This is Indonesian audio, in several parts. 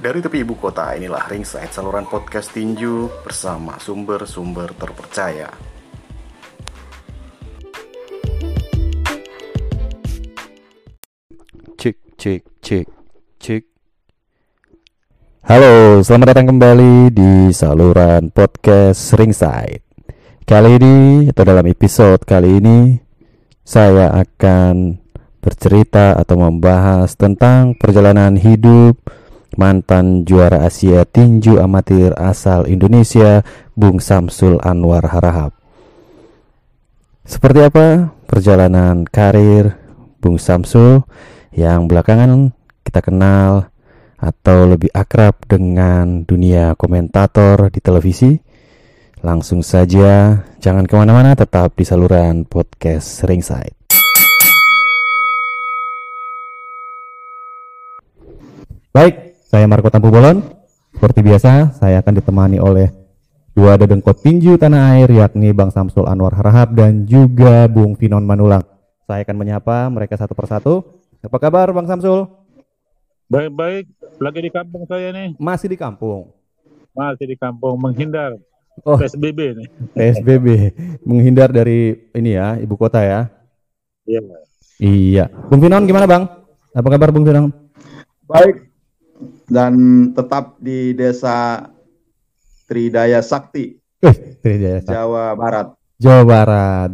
Dari tepi ibu kota, inilah Ringside, saluran podcast tinju bersama sumber-sumber terpercaya. Cek, cek, cek, cek. Halo, selamat datang kembali di saluran podcast Ringside. Kali ini, atau dalam episode kali ini, saya akan bercerita atau membahas tentang perjalanan hidup mantan juara Asia tinju amatir asal Indonesia, Bung Samsul Anwar Harahap. Seperti apa perjalanan karir Bung Samsul yang belakangan kita kenal atau lebih akrab dengan dunia komentator di televisi? Langsung saja, jangan kemana-mana, tetap di saluran podcast Ringside. Baik, saya Marco Tampu Bolon. Seperti biasa, saya akan ditemani oleh dua dedengkot tinju tanah air, yakni Bang Samsul Anwar Harahap dan juga Bung Finon Manulang. Saya akan menyapa mereka satu persatu. Apa kabar Bang Samsul? Baik-baik, lagi di kampung saya nih. Masih di kampung? Masih di kampung, menghindar PSBB nih. PSBB, menghindar dari ini ya, ibu kota ya? Iya. Iya. Bung Finon gimana Bang? Apa kabar Bung Finon? Baik, dan tetap di desa Tridaya Sakti, Tridaya Sakti, Jawa Barat. Jawa Barat.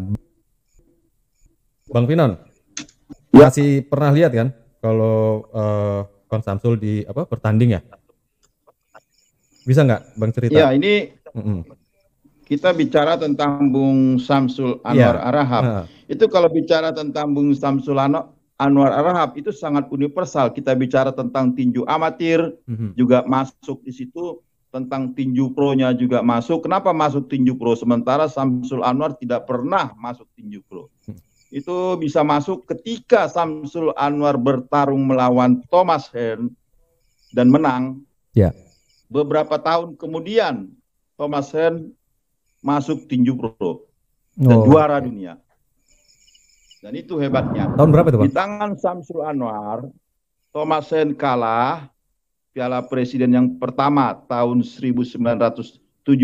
Bang Finon, Ya. masih pernah lihat kan kalau Bang Samsul di bertanding ya? Bisa nggak Bang cerita? Ya, ini kita bicara tentang Bung Samsul Anwar Harahap. Itu kalau bicara tentang Bung Samsul Anwar Harahap itu sangat universal. Kita bicara tentang tinju amatir juga masuk di situ, tentang tinju pro-nya juga masuk. Kenapa masuk tinju pro sementara Samsul Anwar tidak pernah masuk tinju pro? Itu bisa masuk ketika Samsul Anwar bertarung melawan Thomas Hearn dan menang. Ya. Beberapa tahun kemudian Thomas Hearn masuk tinju pro dan juara dunia. Dan itu hebatnya. Tahun berapa itu Bang? Di tangan Samsul Anwar, Thomas Hearn kalah Piala Presiden yang pertama tahun 1976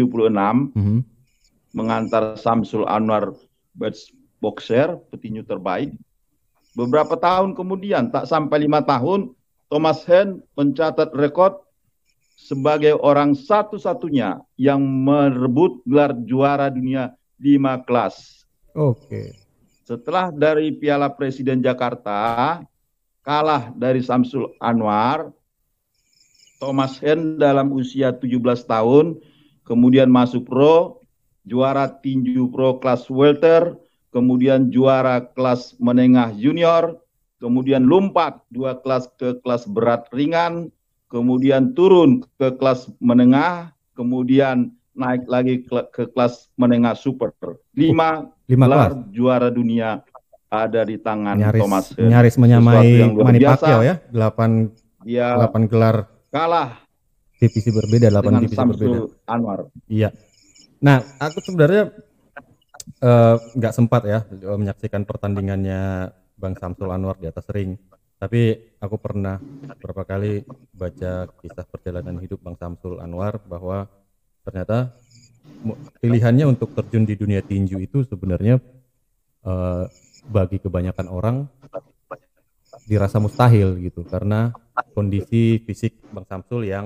mengantar Samsul Anwar boxer, petinju terbaik. Beberapa tahun kemudian, tak sampai 5 tahun, Thomas Hearn mencatat rekor sebagai orang satu-satunya yang merebut gelar juara dunia 5 kelas. Oke. Setelah dari Piala Presiden Jakarta kalah dari Samsul Anwar, Thomas Hearn dalam usia 17 tahun kemudian masuk pro, juara tinju pro kelas welter, kemudian juara kelas menengah junior, kemudian lompat 2 kelas ke kelas berat ringan, kemudian turun ke kelas menengah, kemudian naik lagi ke kelas menengah super. 5 gelar juara dunia ada di tangan Thomas Hearn. Nyaris menyamai Manny Pacquiao ya, 8 gelar. Kalah divisi berbeda, 8 divisi Samsul berbeda. Anwar. Iya. Nah, aku sebenarnya nggak sempat ya menyaksikan pertandingannya Bang Samsul Anwar di atas ring. Tapi aku pernah beberapa kali baca kisah perjalanan hidup Bang Samsul Anwar bahwa ternyata pilihannya untuk terjun di dunia tinju itu sebenarnya bagi kebanyakan orang dirasa mustahil gitu karena kondisi fisik Bang Samsul yang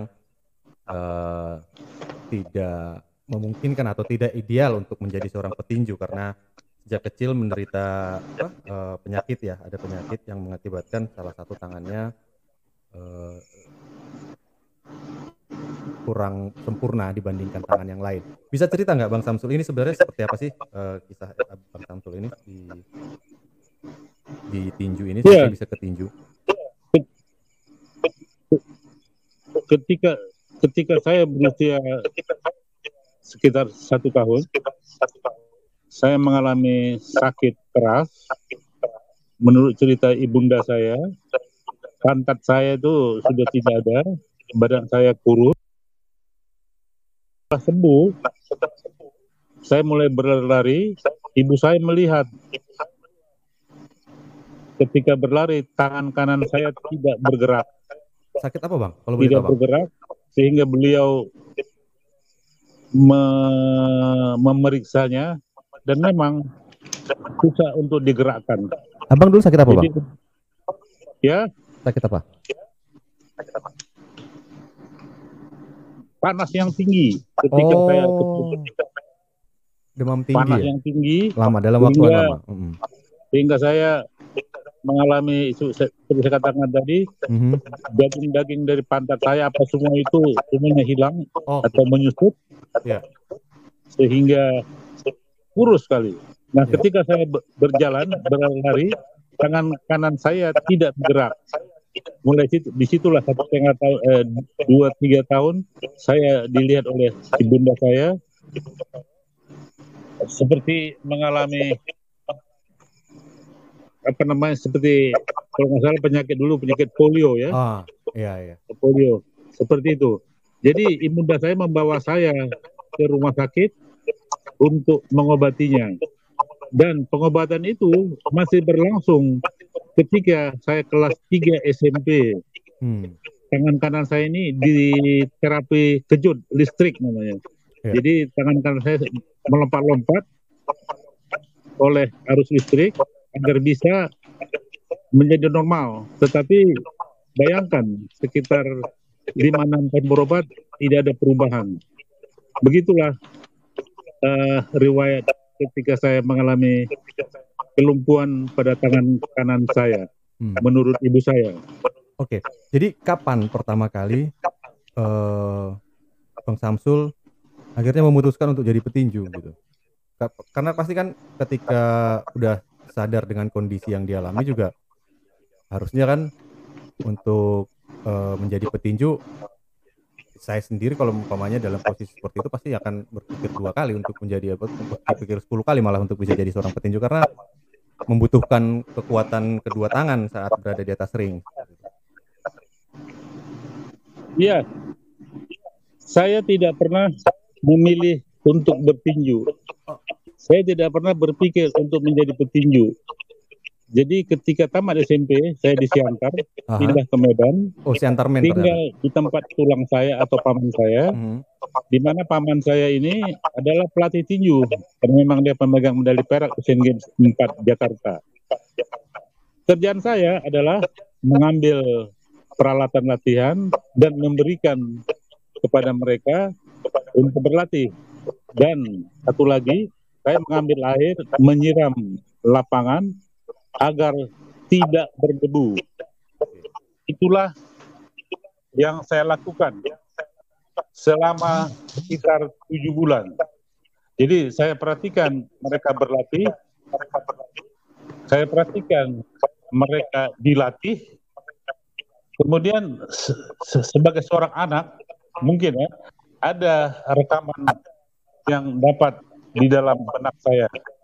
tidak memungkinkan atau tidak ideal untuk menjadi seorang petinju karena sejak kecil menderita penyakit ya, ada penyakit yang mengakibatkan salah satu tangannya kurang sempurna dibandingkan tangan yang lain. Bisa cerita nggak Bang Samsul ini sebenarnya seperti apa sih kisah Bang Samsul ini di tinju ini sampai bisa ke tinju? Ketika saya berusia sekitar 1 tahun, saya mengalami sakit keras. Menurut cerita ibunda saya, pantat saya itu sudah tidak ada, badan saya kurus. Setelah sembuh, saya mulai berlari. Ibu saya melihat ketika berlari, tangan kanan saya tidak bergerak. Sakit apa Bang? Kalau boleh tidak tahu Bang? bergerak, sehingga beliau memeriksanya, dan memang susah untuk digerakkan. Abang dulu sakit apa Jadi, Bang? ya, Sakit apa? panas yang tinggi. Ketika saya demam tinggi panas ya? yang tinggi, Lama, dalam waktu yang lama. sehingga saya mengalami seperti saya katakan tadi, daging-daging dari pantat saya apa semua itu semuanya hilang atau menyusut, sehingga kurus sekali. Nah, ketika saya berjalan berlari, tangan kanan saya tidak bergerak. Mulai disitulah 1,5 tahun, 2-3 tahun saya dilihat oleh ibunda saya seperti mengalami seperti kalau nggak salah penyakit polio ya. Polio seperti itu. Jadi ibunda saya membawa saya ke rumah sakit untuk mengobatinya, dan pengobatan itu masih berlangsung ketika saya kelas 3 SMP. Tangan kanan saya ini di terapi kejut listrik namanya. Jadi tangan kanan saya melompat-lompat oleh arus listrik agar bisa menjadi normal. Tetapi bayangkan sekitar 5-6 tahun berobat tidak ada perubahan. Begitulah riwayat ketika saya mengalami kelumpuhan pada tangan kanan saya, menurut ibu saya. Oke, jadi kapan pertama kali Bang Samsul akhirnya memutuskan untuk jadi petinju gitu? Karena pasti kan ketika udah sadar dengan kondisi yang dialami juga harusnya kan untuk menjadi petinju, saya sendiri kalau umpamanya dalam posisi seperti itu pasti akan berpikir 2 kali untuk menjadi berpikir 10 kali malah untuk bisa jadi seorang petinju, karena membutuhkan kekuatan kedua tangan saat berada di atas ring. Iya, saya tidak pernah memilih untuk bertinju. Saya tidak pernah berpikir untuk menjadi petinju. Jadi ketika tamat SMP, saya di Siantar, pindah ke Medan. Siantar Men, tinggal di tempat tulang saya atau paman saya, di mana paman saya ini adalah pelatih tinju, karena memang dia pemegang medali perak Asian Games 4 Jakarta. Kerjaan saya adalah mengambil peralatan latihan dan memberikan kepada mereka untuk berlatih. Dan satu lagi, saya mengambil air, menyiram lapangan agar tidak berdebu. Itulah yang saya lakukan selama sekitar 7 bulan. Jadi saya perhatikan mereka berlatih, saya perhatikan mereka dilatih, kemudian sebagai seorang anak mungkin ya ada rekaman yang dapat di dalam benak saya.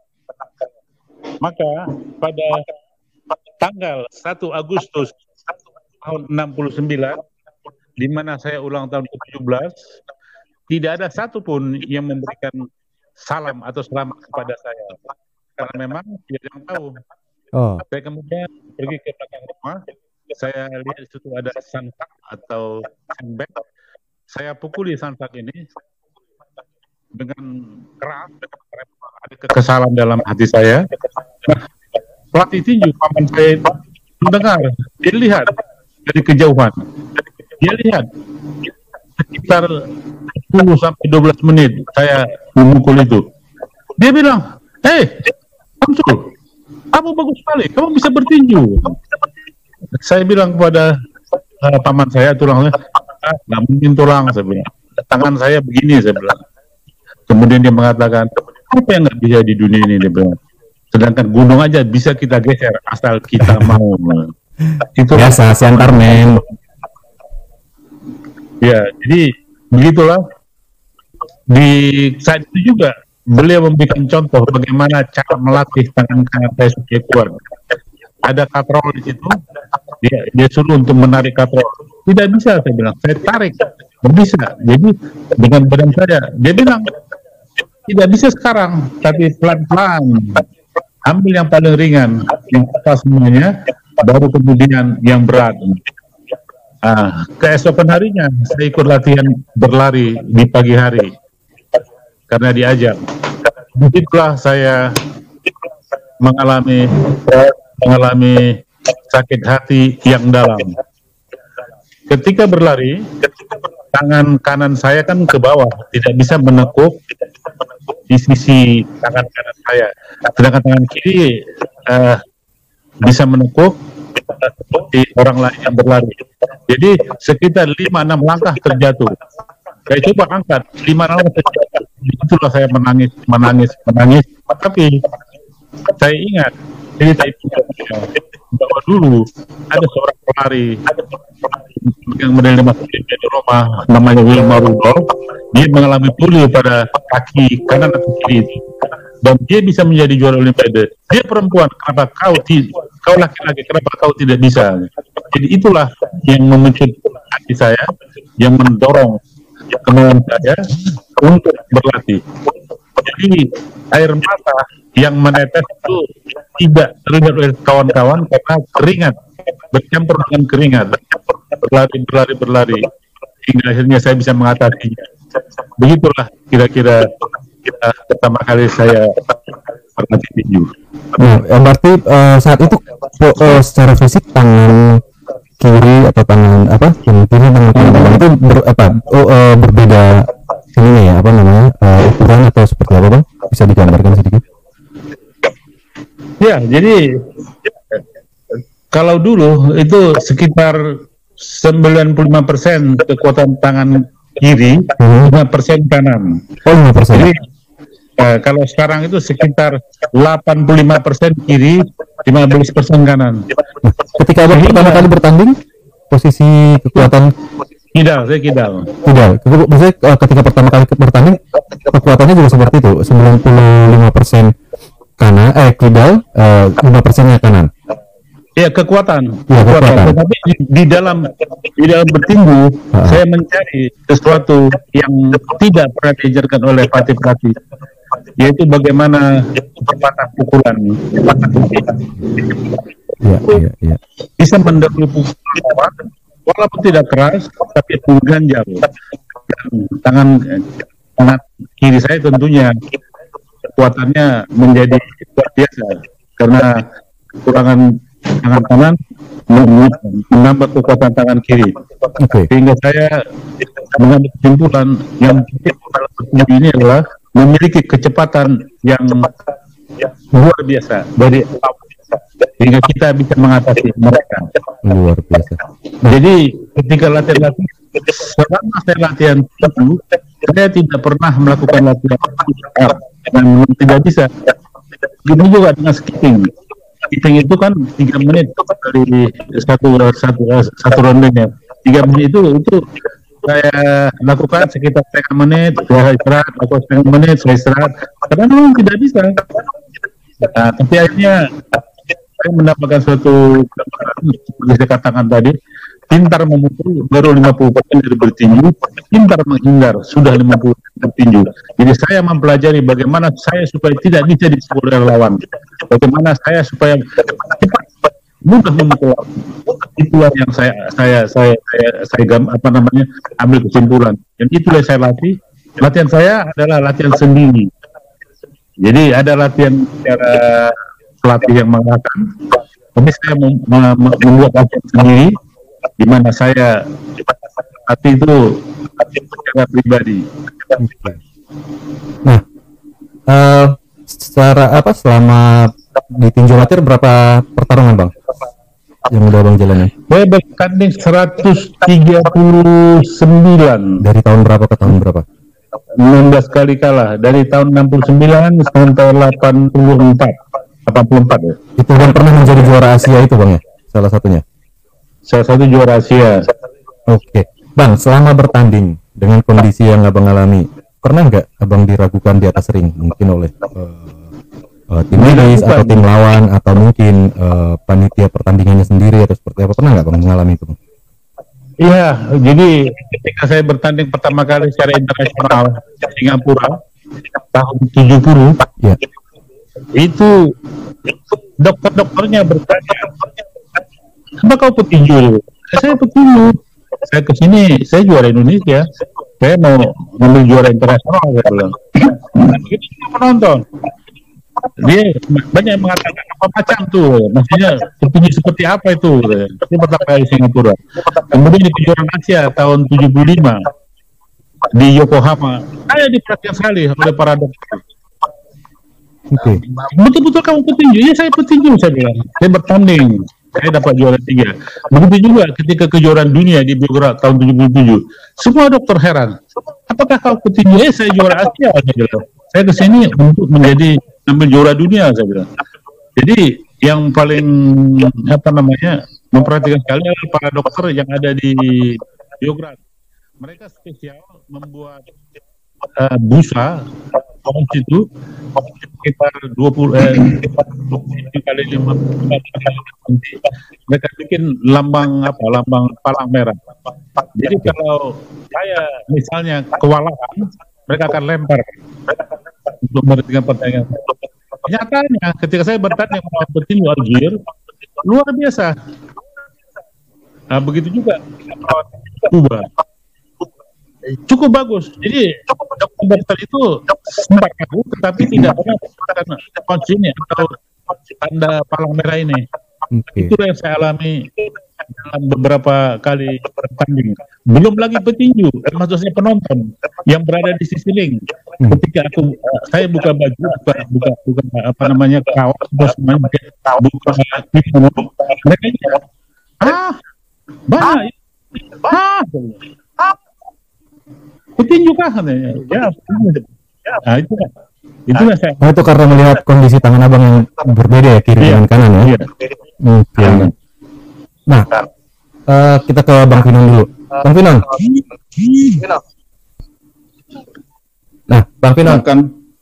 Maka pada tanggal 1 Agustus tahun 69, di mana saya ulang tahun ke-17, tidak ada satupun yang memberikan salam atau selamat kepada saya. Karena memang tidak ada yang tahu. Saya kemudian pergi ke belakang rumah, saya lihat di situ ada sansak atau sandbag. Saya pukuli sansak ini dengan keras, ada kekesalan dalam hati saya. Nah, pelatih tinju paman saya mendengar, dia lihat dari kejauhan, dia lihat sekitar 10-12 menit saya memukul itu. Dia bilang, Samsul, kamu bagus sekali, kamu bisa bertinju. Saya bilang kepada paman saya, tulangnya, nggak mungkin tulang, saya bilang. Tangan saya begini, saya bilang. Kemudian dia mengatakan, apa yang nggak bisa di dunia ini, dia bilang. Sedangkan gunung aja bisa kita geser asal kita mau. Itu biasa Siantar Men. Ya, jadi begitulah. Di saat itu juga beliau memberikan contoh bagaimana cara melatih tangan kanan saya supaya kuat. Ada katrol di situ, dia suruh untuk menarik katrol. Tidak bisa, saya bilang. Saya tarik, tidak bisa. Jadi dengan badan saya, dia bilang tidak bisa sekarang, tapi pelan-pelan. Ambil yang paling ringan, yang atas semuanya, baru kemudian yang berat. Keesokan harinya saya ikut latihan berlari di pagi hari karena diajak. Disitulah saya mengalami sakit hati yang dalam. Ketika berlari, tangan kanan saya kan ke bawah, tidak bisa menekuk di sisi tangan kanan saya. Sedangkan tangan kiri bisa menekuk seperti orang lain yang berlari. Jadi sekitar 5-6 langkah terjatuh. Saya coba angkat 5 langkah terjatuh. Itulah saya menangis. Tapi saya ingat cerita ibu bahwa dulu ada seorang pelari yang medali emas di Roma, namanya Wilma Rudolph. Dia mengalami polio pada kaki kanan atau kiri itu, dan dia bisa menjadi juara Olimpiade. Dia perempuan, kenapa kau laki-laki, kenapa kau tidak bisa? Jadi itulah yang memicu hati saya, yang mendorong kemauan saya untuk berlatih. Jadi air mata yang menetes itu tidak terlihat oleh kawan-kawan karena keringat bercampur dengan keringat, berlari hingga akhirnya saya bisa mengatasinya. Begitulah kira-kira pertama kali saya berlatih tinju. Berarti saat itu secara fisik tangan kiri atau tangan yang kiri tangan kanan itu berbeda ini ya, ukuran atau seperti apa Bang? Bisa digambarkan sedikit? Ya, jadi kalau dulu itu sekitar 95% kekuatan tangan kiri, 5% kanan. Oh, 5%. Jadi kalau sekarang itu sekitar 85% kiri, 15% kanan. Ketika Abang pertama kali bertanding, posisi kekuatan saya kidal. Maksudnya ketika pertama kali bertanding, kekuatannya juga seperti itu, 95% kanan, kidal, 5%-nya kanan. Ya, kekuatan. Tetapi di dalam bertinju, saya mencari sesuatu yang tidak pernah diajarkan oleh pelatih, yaitu bagaimana kecepatan pukulan. Iya. Bisa mendahului pukulan lawan, walaupun tidak keras, tapi mengganjal. Tangan kiri saya tentunya kekuatannya menjadi luar biasa karena kekurangan tangan kanan menambah kekuatan tangan kiri. Sehingga saya mengambil kesimpulan yang penting ini adalah memiliki kecepatan yang luar biasa dari sehingga kita bisa mengatasi mereka. Luar biasa. Jadi ketika latihan, selama saya latihan tinju, saya tidak pernah melakukan latihan dan tidak bisa. Begitu juga dengan skipping. Skipping itu kan 3 menit dari satu rondenya. 3 menit itu saya lakukan sekitar setengah menit, saya istirahat, atau setengah menit, saya istirahat. Karena memang tidak bisa. Nah, tapi akhirnya saya mendapatkan suatu gambaran seperti saya katakan tadi, pintar memukul baru 50% dari bertinju, pintar menghindar sudah 50% bertinju. Jadi saya mempelajari bagaimana saya supaya tidak bisa dipukul oleh lawan, bagaimana saya supaya cepat mudah memukul lawan. Itulah yang saya ambil kesimpulan, dan itulah yang saya latih. Latihan saya adalah latihan sendiri. Jadi ada latihan secara pelatih yang mengatakan, tapi saya membuat latihan sendiri, di mana saya hati itu secara pribadi. Nah, secara selama di tinju amatir berapa pertarungan Bang yang udah Bang jalani? Saya bertanding 139. Dari tahun berapa ke tahun berapa? 16 kali kalah, dari tahun 69 sampai 84 ya. Itu Bang pernah menjadi juara Asia itu Bang ya? Salah satunya? Salah satu juara Asia. Oke. Bang, selama bertanding dengan kondisi yang Abang alami, pernah nggak Abang diragukan di atas ring? Mungkin oleh tim medis atau tim lawan, atau mungkin panitia pertandingannya sendiri, atau seperti apa? Pernah nggak Bang mengalami itu? Iya, jadi ketika saya bertanding pertama kali secara internasional di Singapura tahun 70, ya. Itu dokter-dokternya bertanya, "Kenapa kau petinju?" Saya petinju. saya kesini, saya juara Indonesia, saya mau ngambil juara internasional, saya bilang. Begitu juga penonton, dia banyak yang mengatakan apa macam tuh, maksudnya petinju seperti apa itu, itu pertama kali Singapura. Kemudian di kejuaraan Asia tahun 75 di Yokohama, saya diperhatikan sekali oleh para dokter. Oke. Betul-betul kamu petinju? Iya, saya petinju, saya bilang. Saya bertanding, saya dapat juara 3. Begitu juga ketika kejuaraan dunia di Belgrade tahun 77. Semua dokter heran. Apakah kau petinju? Saya juara Asia, saya bilang. Saya kesini untuk menjadi ambil juara dunia, saya bilang. Jadi yang paling memperhatikan sekali adalah para dokter yang ada di Belgrade. Mereka spesial membuat busa itu sekitar 20 kali 5 mereka bikin lambang palang merah. Jadi kalau saya misalnya kewalahan, mereka akan lempar untuk menghentikan pertandingan. Nyatanya ketika saya bertanding melawan petinju Algier, luar biasa. Nah, begitu juga melawan Kuba. Cukup bagus. Jadi dokter itu sempat ragu, tetapi tidak pernah menggunakan kunci ini atau tanda palang merah ini. Okay. Itu yang saya alami dalam beberapa kali bertanding. Belum lagi petinju, maksud saya penonton yang berada di sisi ring. Ketika saya buka baju, buka kaos, buka kimono, mereka banyak. Petinju kah? Ya. Nah, itu kan. Itulah saya. Oh, itu karena melihat kondisi tangan abang yang berbeda ya, kiri dengan kanan ya. Iya. Okay. Nah, kita ke Bang Finon dulu. Bang Finon. Nah, Bang Finon kan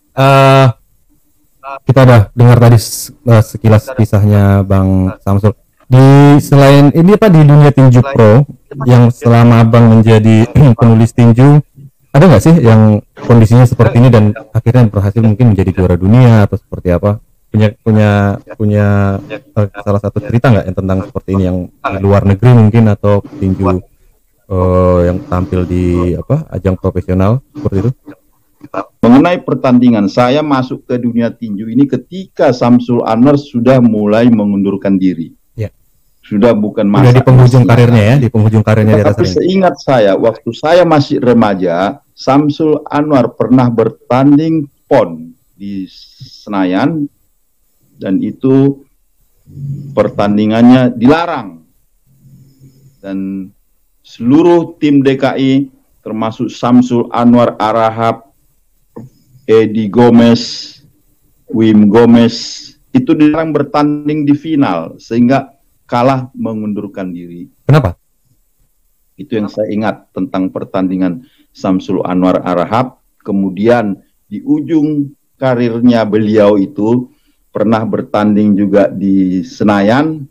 kita udah dengar tadi sekilas kisahnya Bang Samsul. Selain ini di dunia tinju pro yang selama abang menjadi penulis tinju, ada nggak sih yang kondisinya seperti ini dan akhirnya berhasil mungkin menjadi juara dunia atau seperti apa? Punya salah satu cerita nggak yang tentang seperti ini yang di luar negeri mungkin atau tinju yang tampil di ajang profesional seperti itu? Mengenai pertandingan, saya masuk ke dunia tinju ini ketika Samsul Anwar sudah mulai mengundurkan diri. Sudah bukan masa. Sudah di penghujung karirnya ya, di penghujung karirnya di atas ring. Tapi seingat saya, waktu saya masih remaja, Samsul Anwar pernah bertanding PON di Senayan dan itu pertandingannya dilarang. Dan seluruh tim DKI termasuk Samsul Anwar Arahap, Edi Gomez, Wim Gomez itu dilarang bertanding di final sehingga kalah mengundurkan diri. Kenapa? Itu yang saya ingat tentang pertandingan Samsul Anwar Arahap. Kemudian di ujung karirnya beliau itu pernah bertanding juga di Senayan,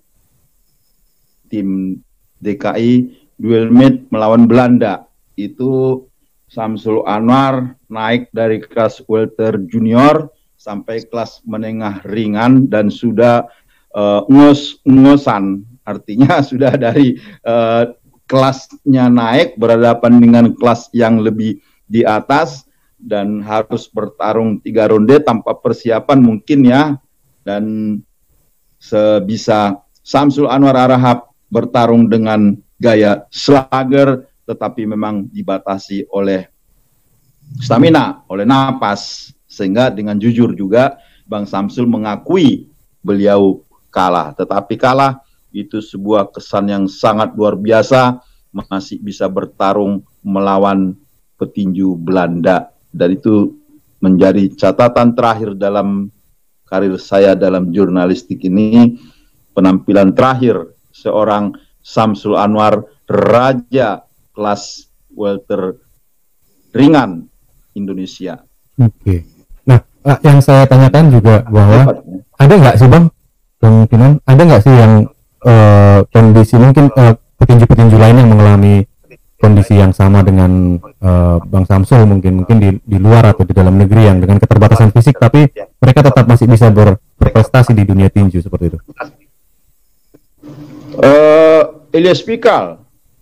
tim DKI duel meet melawan Belanda. Itu Samsul Anwar naik dari kelas welter junior sampai kelas menengah ringan dan sudah ngosan, artinya sudah dari kelasnya naik berhadapan dengan kelas yang lebih di atas dan harus bertarung 3 ronde tanpa persiapan mungkin ya, dan sebisa Samsul Anwar Arahap bertarung dengan gaya slugger tetapi memang dibatasi oleh stamina, oleh napas, sehingga dengan jujur juga Bang Samsul mengakui beliau kalah, tetapi kalah itu sebuah kesan yang sangat luar biasa, masih bisa bertarung melawan petinju Belanda, dan itu menjadi catatan terakhir dalam karir saya dalam jurnalistik ini, penampilan terakhir seorang Samsul Anwar, raja kelas welter ringan Indonesia. Oke. Nah, yang saya tanyakan juga bahwa ada nggak sih Bang Finon, ada nggak sih yang kondisi mungkin petinju-petinju lain yang mengalami kondisi yang sama dengan Bang Samsul mungkin di luar atau di dalam negeri yang dengan keterbatasan fisik tapi mereka tetap masih bisa berprestasi di dunia tinju seperti itu? Ilyas Pikal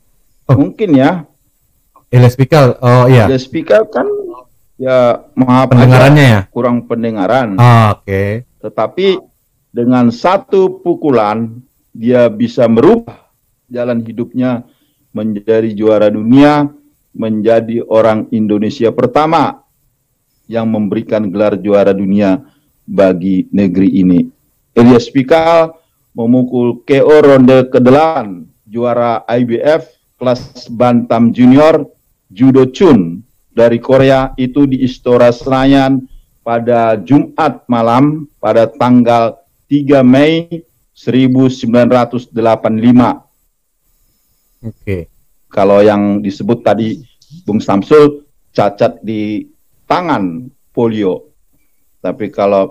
Mungkin ya. Elias Pikal. Oh iya. Elias Pikal kan ya maaf Pendengarannya aja, ya? kurang pendengaran. Oke. Tetapi dengan satu pukulan dia bisa merubah jalan hidupnya menjadi juara dunia, menjadi orang Indonesia pertama yang memberikan gelar juara dunia bagi negeri ini. Elias Pikal memukul KO ronde ke-8 juara IBF kelas bantam junior Judo Chun dari Korea itu di Istora Senayan pada Jumat malam pada tanggal 3 Mei 1985. Oke. Kalau yang disebut tadi Bung Samsul cacat di tangan polio. Tapi kalau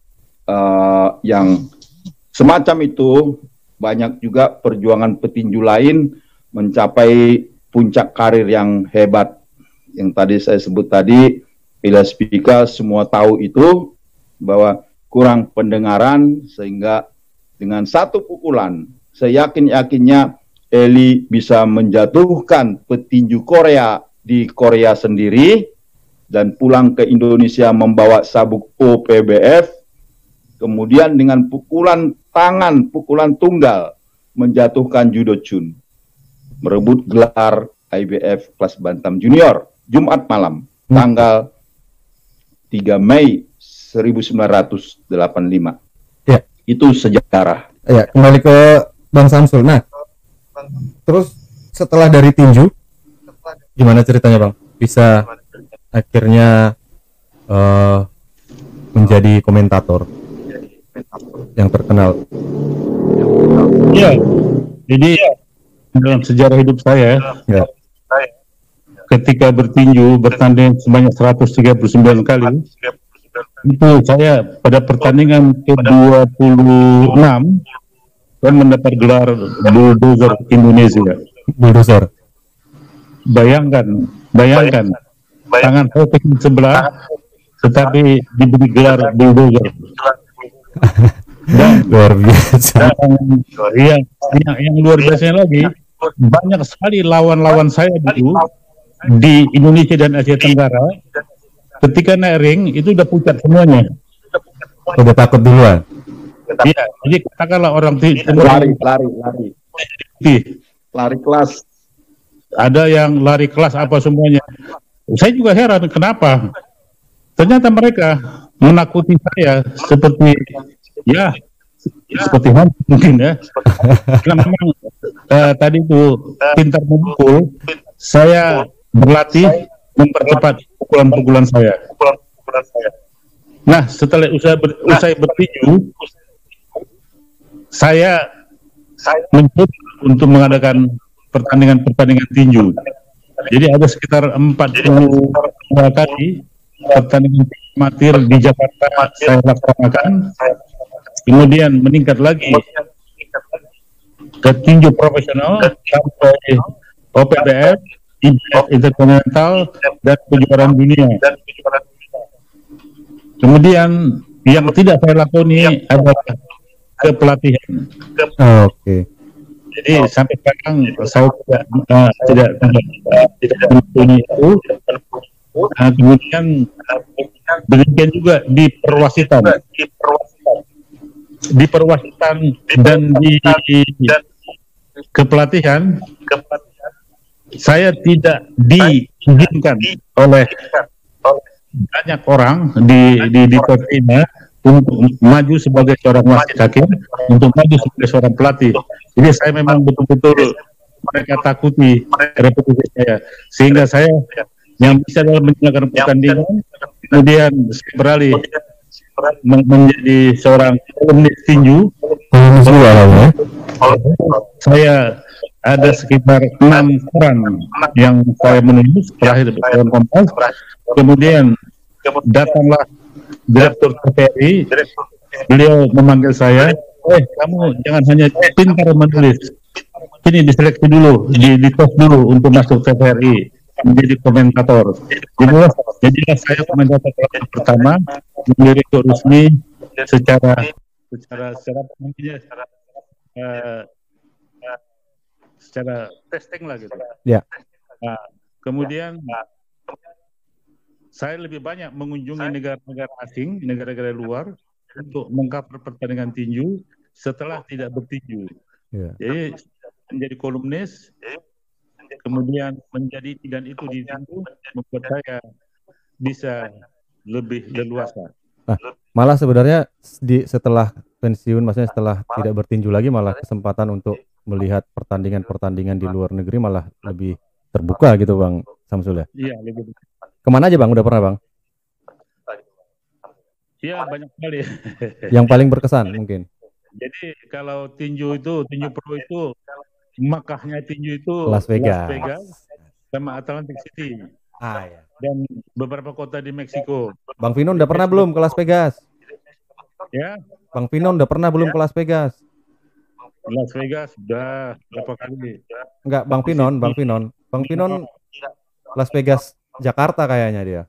yang semacam itu banyak juga perjuangan petinju lain mencapai puncak karir yang hebat. Yang tadi saya sebut tadi, Elias Pikal semua tahu itu bahwa kurang pendengaran sehingga dengan satu pukulan seyakin-yakinnya Eli bisa menjatuhkan petinju Korea di Korea sendiri dan pulang ke Indonesia membawa sabuk OPBF. Kemudian dengan pukulan tangan, pukulan tunggal menjatuhkan Judo Chun, merebut gelar IBF kelas bantam junior Jumat malam tanggal 3 Mei 1985. Ya. Itu sejarah. Ya, kembali ke Bang Samsul. Nah, terus setelah dari tinju, gimana ceritanya Bang? Bisa akhirnya menjadi komentator yang terkenal. Ya, jadi dalam sejarah hidup saya, Ya. ketika bertinju bertanding sebanyak 139 kali, itu saya pada pertandingan ke-26 kan mendapat gelar Bulldozer Indonesia. Bulldozer. Bayangkan, tangan saya kecil sebelah, tetapi diberi gelar Bulldozer. Dan Luar biasa. yang luar biasanya lagi, banyak sekali lawan-lawan saya dulu di Indonesia dan Asia Tenggara. Ketika naik ring itu udah pucat semuanya. Udah takut duluan. Iya, jadi katakanlah orang Lari kelas. ada yang lari kelas apa semuanya. Saya juga heran kenapa. Ternyata mereka menakuti saya seperti seperti mungkin ya. Karena memang tadi itu pintar memukul, saya berlatih mempercepat pukulan-pukulan saya. Nah, setelah usai bertinju, saya mencoba untuk mengadakan pertandingan tinju. Jadi ada sekitar 42 kali pertandingan amatir di Jakarta saya laksanakan. Kemudian meningkat lagi ke tinju profesional sampai OPBF, IBF Interkontinental dan kejuaraan dunia. Kemudian yang tidak saya lakoni adalah kepelatihan. Oke. Jadi sampai sekarang saya tidak melakoni itu. Kemudian demikian juga di perwasitan dan di kepelatihan saya tidak diizinkan oleh banyak orang di Korea untuk maju sebagai seorang wasit hakim, untuk maju sebagai seorang pelatih. Jadi saya memang betul-betul mereka takuti reputasi saya, sehingga saya yang bisa dalam menjalankan pertandingan, kemudian saya beralih menjadi seorang kolumnis tinju. Saya ada sekitar 6 koran yang saya menulis terakhir di koran Kompas. Kemudian datanglah Direktur TVRI, beliau memanggil saya, kamu jangan hanya pintar menulis, ini diseleksi dulu, dites dulu untuk masuk TVRI menjadi komentator. Jadilah saya komentator pertama menjadi resmi secara testing lah gitu. Ya. Nah, kemudian saya lebih banyak mengunjungi negara-negara asing, negara-negara luar untuk mengcover pertandingan tinju setelah tidak bertinju. Ya. Jadi menjadi kolumnis, kemudian menjadi dan itu ditinju membuat saya bisa lebih leluasa. Malah sebenarnya setelah pensiun, maksudnya setelah tidak bertinju lagi, malah kesempatan untuk melihat pertandingan-pertandingan di luar negeri malah lebih terbuka gitu Bang Samsul ya. Iya, lebih. Kemana aja Bang? Udah pernah Bang? Iya, banyak sekali. Yang paling berkesan mungkin. Jadi kalau tinju pro itu Makkahnya tinju itu Las Vegas sama Atlantic City. Ya. Dan beberapa kota di Meksiko. Bang Finon udah pernah belum ke Las Vegas? Ya. Bang Finon udah pernah belum ke Las Vegas? Las Vegas sudah berapa kali? Enggak, Bang Finon Las Vegas Jakarta kayaknya dia.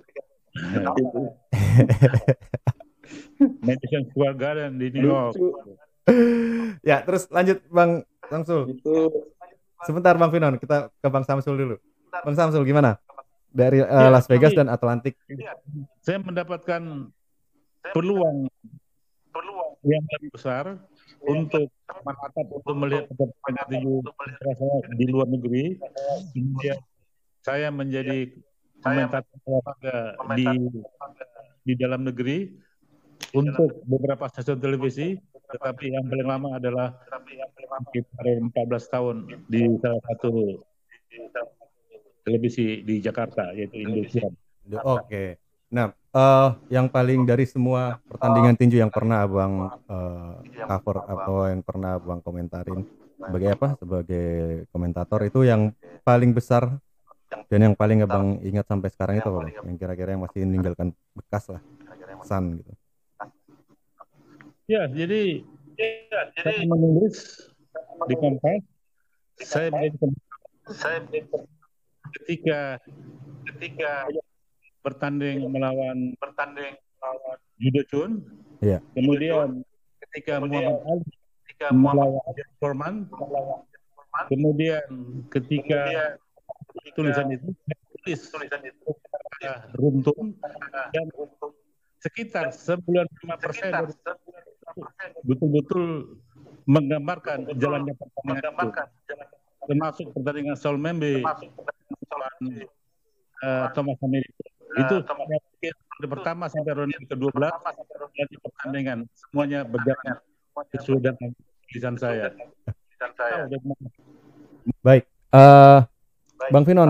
Madison Square Garden di New York. Ya, terus lanjut Bang Samsul. Sebentar Bang Finon, kita ke Bang Samsul dulu. Bang Samsul gimana? Dari Las Vegas dan Atlantik. Saya mendapatkan peluang yang lebih besar untuk menatap, untuk melihat pertandingan tinju di luar negeri. Kemudian saya menjadi komentator olahraga di dalam negeri untuk beberapa stasiun televisi, tetapi yang paling lama adalah sekitar 14 tahun di salah satu televisi di Jakarta, yaitu Indosiar. Oke. Nah, yang paling dari semua pertandingan tinju yang pernah Abang cover atau yang pernah Abang komentarin sebagai komentator, itu yang paling besar dan yang paling Abang ingat sampai sekarang itu apa Bang? Yang kira-kira yang masih meninggalkan bekas lah, kesan gitu. Ya, jadi saya menulis di Kompas. Saya ketika bertanding melawan Judo Chun. Iya. Kemudian ketika Muhammad Ali melawan Foreman. Kemudian ketika tulisan itu runtun dan sekitar 95% betul-betul menggambarkan jalannya pertandingan itu, termasuk pertandingan Saul Membe, Thomas Americo. Itu ronde pertama sampai ronde ke-12 dari pertandingan semuanya berjalan sesuai dengan tulisan saya. Baik, Bang Finon.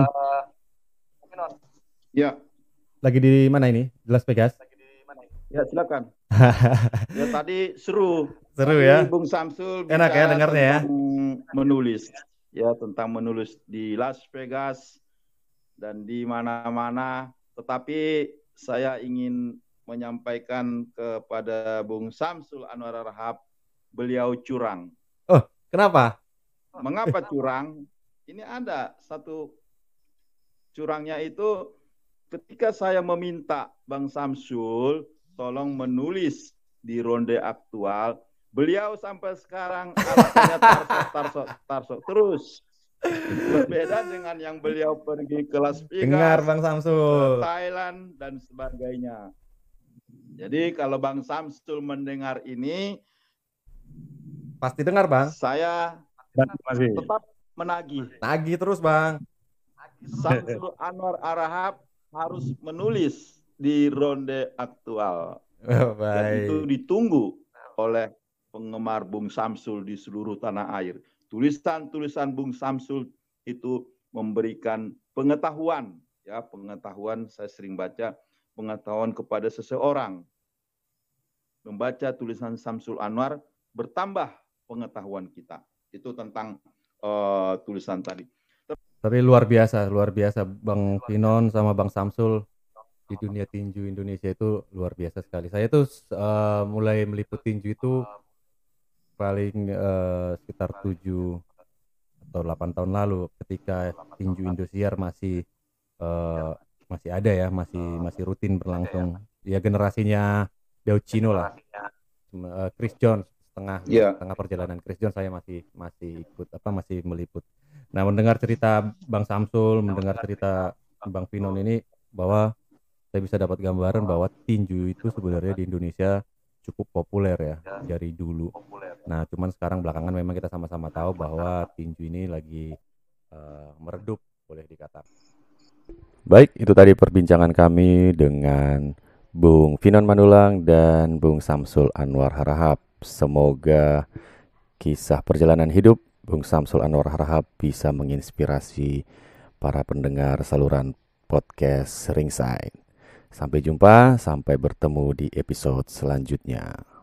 Ya. Lagi di mana ini? Di Las Vegas? Ya, silakan. Ya, tadi seru ya. Bung Samsul enak ya dengarnya ya. Tentang menulis di Las Vegas dan di mana-mana. Tetapi saya ingin menyampaikan kepada Bung Samsul Anwar Arahab, beliau curang. Oh, kenapa? Mengapa curang? Ini ada satu curangnya itu ketika saya meminta Bang Samsul tolong menulis di ronde aktual, beliau sampai sekarang alasannya tarsok terus. Berbeda dengan yang beliau pergi ke Las Vegas, dengar Bang Samsul, ke Thailand dan sebagainya. Jadi kalau Bang Samsul mendengar ini, pasti dengar Bang. Saya tetap menagih. Nagih terus Bang. Samsul Anwar Arahab harus menulis di ronde aktual. Dan itu ditunggu oleh penggemar Bung Samsul di seluruh tanah air. Tulisan-tulisan Bung Samsul itu memberikan pengetahuan, pengetahuan. Saya sering baca pengetahuan kepada seseorang. Membaca tulisan Samsul Anwar bertambah pengetahuan kita. Itu tentang tulisan tadi. Tapi luar biasa Bang Finon sama Bang Samsul di dunia tinju Indonesia itu luar biasa sekali. Saya tuh mulai meliput tinju itu paling sekitar 7 atau 8 tahun lalu ketika tinju Indosiar masih ada ya, masih rutin berlangsung. Ya generasinya Daucino lah. Chris Jones, tengah perjalanan Chris John saya masih ikut masih meliput. Nah, mendengar cerita Bang Samsul, mendengar cerita Bang Finon ini, bahwa saya bisa dapat gambaran bahwa tinju itu sebenarnya di Indonesia cukup populer ya dari dulu. Nah, cuman sekarang belakangan memang kita sama-sama tahu bahwa tinju ini lagi meredup, boleh dikatakan. Baik, itu tadi perbincangan kami dengan Bung Finon Mandulang dan Bung Samsul Anwar Harahap. Semoga kisah perjalanan hidup Bung Samsul Anwar Harahap bisa menginspirasi para pendengar saluran podcast Ringside. Sampai jumpa, sampai bertemu di episode selanjutnya.